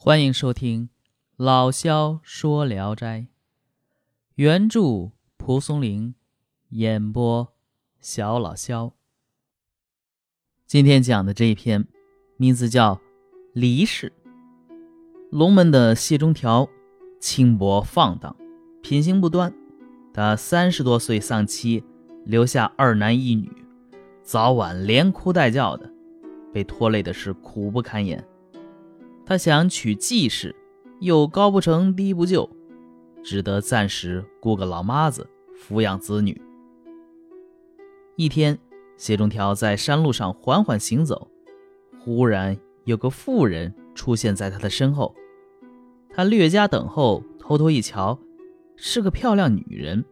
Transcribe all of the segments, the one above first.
欢迎收听老萧说聊斋，原著蒲松龄，演播小老萧。今天讲的这一篇名字叫离世。龙门的谢中条轻薄放荡，品行不端，他30多岁丧妻，留下2男1女，早晚连哭带叫的，被拖累的是苦不堪言。他想娶继室，又高不成低不就，只得暂时雇个老妈子抚养子女。一天，谢中条在山路上缓缓行走，忽然有个妇人出现在他的身后。他略加等候，偷偷一瞧，是个漂亮女人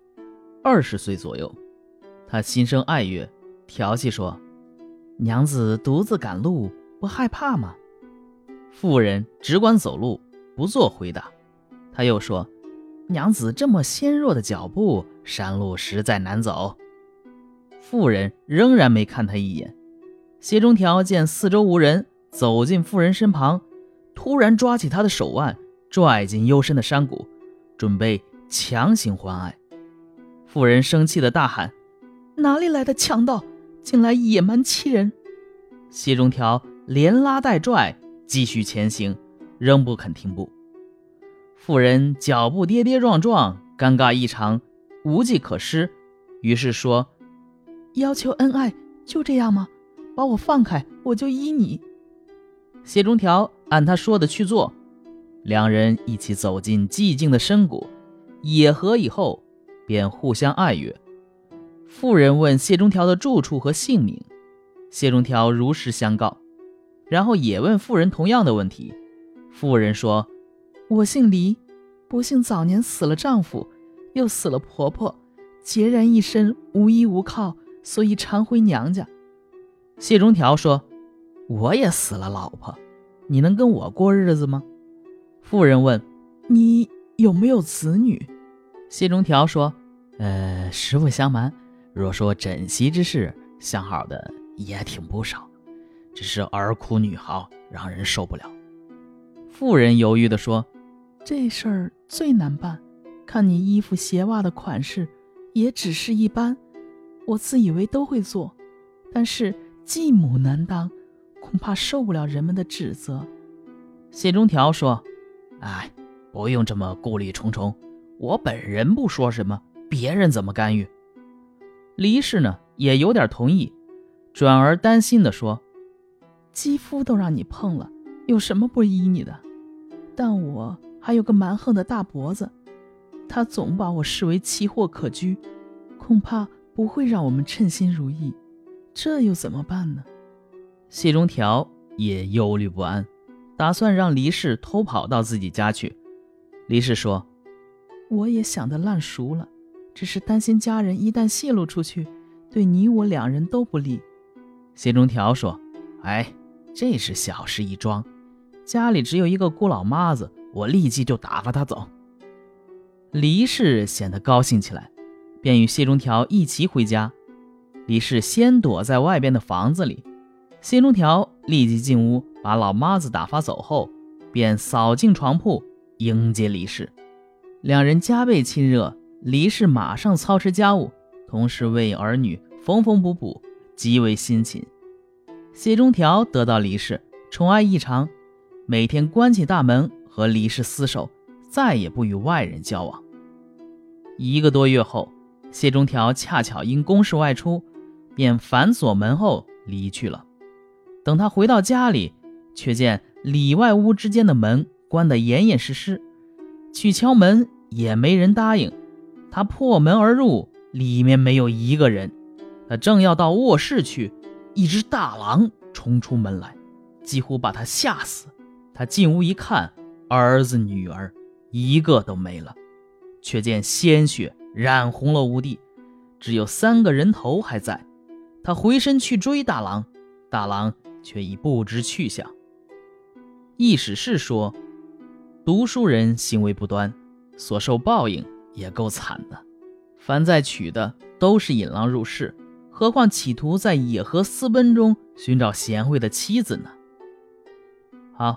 ，20岁左右。他心生爱悦，调戏说：“娘子独自赶路，不害怕吗？”妇人只管走路，不做回答。他又说：“娘子这么纤弱的脚步，山路实在难走。”妇人仍然没看他一眼。谢中条见四周无人，走进妇人身旁，突然抓起她的手腕，拽进幽深的山谷，准备强行欢爱。妇人生气地大喊：“哪里来的强盗，竟来野蛮欺人！”谢中条连拉带拽，继续前行，仍不肯停步。妇人脚步跌跌撞撞，尴尬异常，无计可施，于是说：“要求恩爱就这样吗？把我放开，我就依你。”谢中条按他说的去做，两人一起走进寂静的深谷，野合以后便互相爱悦。妇人问谢中条的住处和姓名，谢中条如实相告，然后也问妇人同样的问题。妇人说：“我姓黎，不幸早年死了丈夫，又死了婆婆，孑然一身，无依无靠，所以常回娘家。”谢中条说：“我也死了老婆，你能跟我过日子吗？”妇人问：“你有没有子女？”谢中条说：“实不相瞒，若说枕席之事，相好的也挺不少，只是儿哭女嚎，让人受不了。”妇人犹豫地说：“这事儿最难办，看你衣服鞋袜的款式也只是一般，我自以为都会做，但是继母难当，恐怕受不了人们的指责。”谢中条说：“哎，不用这么顾虑重重，我本人不说什么，别人怎么干预？”黎氏呢也有点同意，转而担心地说：“肌肤都让你碰了，有什么不依你的？但我还有个蛮横的大脖子，他总把我视为奇货可居，恐怕不会让我们称心如意，这又怎么办呢？”谢中条也忧虑不安，打算让黎氏偷跑到自己家去。黎氏说：“我也想得烂熟了，只是担心家人一旦泄露出去，对你我两人都不利。”谢中条说：“哎，这是小事一桩，家里只有一个孤老妈子，我立即就打发她走。”黎氏显得高兴起来，便与谢中条一起回家。黎氏先躲在外边的房子里，谢中条立即进屋，把老妈子打发走后，便扫进床铺迎接黎氏。两人加倍亲热，黎氏马上操持家务，同时为儿女缝缝补补，极为辛勤。谢中条得到黎氏，宠爱异常，每天关起大门和黎氏厮守，再也不与外人交往。1个多月后，谢中条恰巧因公事外出，便反锁门后离去了。等他回到家里，却见里外屋之间的门关得严严实实，去敲门也没人答应。他破门而入，里面没有一个人。他正要到卧室去，一只大狼冲出门来，几乎把他吓死。他进屋一看，儿子女儿一个都没了，却见鲜血染红了屋地，只有3个人头还在。他回身去追大狼，大狼却已不知去向。意史是说，读书人行为不端，所受报应也够惨的。凡在娶的都是引狼入室，何况企图在野河私奔中寻找贤惠的妻子呢？好，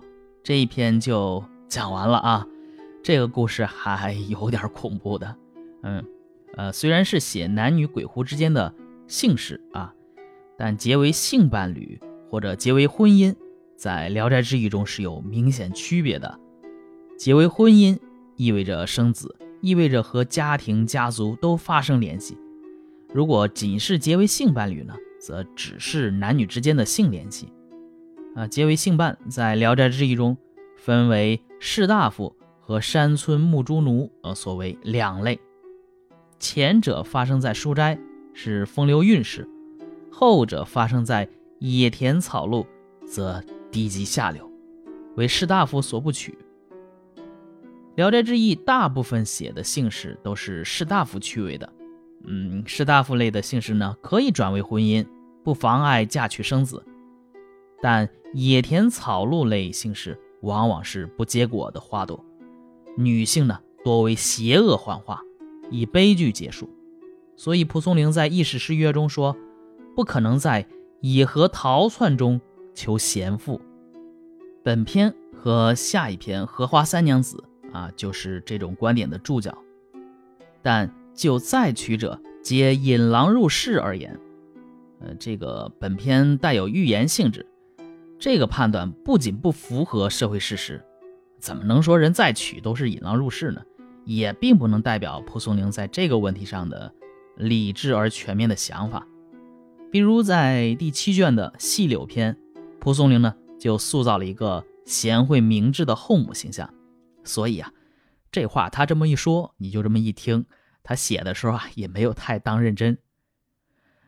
这一篇就讲完了啊。这个故事还有点恐怖的。虽然是写男女鬼狐之间的性事啊，但结为性伴侣或者结为婚姻，在《聊斋志异》中是有明显区别的。结为婚姻意味着生子，意味着和家庭家族都发生联系。如果仅是结为性伴侣呢，则只是男女之间的性联系。结为性伴在《聊斋志异》中分为士大夫和山村牧猪奴所谓两类。前者发生在书斋，是风流韵事；后者发生在野田草路，则低级下流，为士大夫所不取。聊斋志异大部分写的姓氏都是士大夫趣味的。士大夫类的姓氏呢，可以转为婚姻，不妨碍嫁娶生子。但野田草路类姓氏往往是不结果的花朵，女性呢多为邪恶幻化，以悲剧结束。所以蒲松龄在《异史诗约》中说，不可能在野河逃窜中求贤妇。本篇和下一篇《荷花三娘子》就是这种观点的注脚。但就再取者皆引狼入室而言，这个本篇带有预言性质，这个判断不仅不符合社会事实，怎么能说人再娶都是引狼入室呢？也并不能代表蒲松龄在这个问题上的理智而全面的想法。比如在第7卷的细柳篇，蒲松龄呢就塑造了一个贤惠明智的后母形象。所以这话他这么一说，你就这么一听，他写的时候也没有太当认真。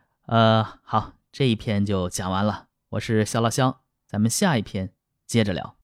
好，这一篇就讲完了。我是小老肖，咱们下一篇接着聊。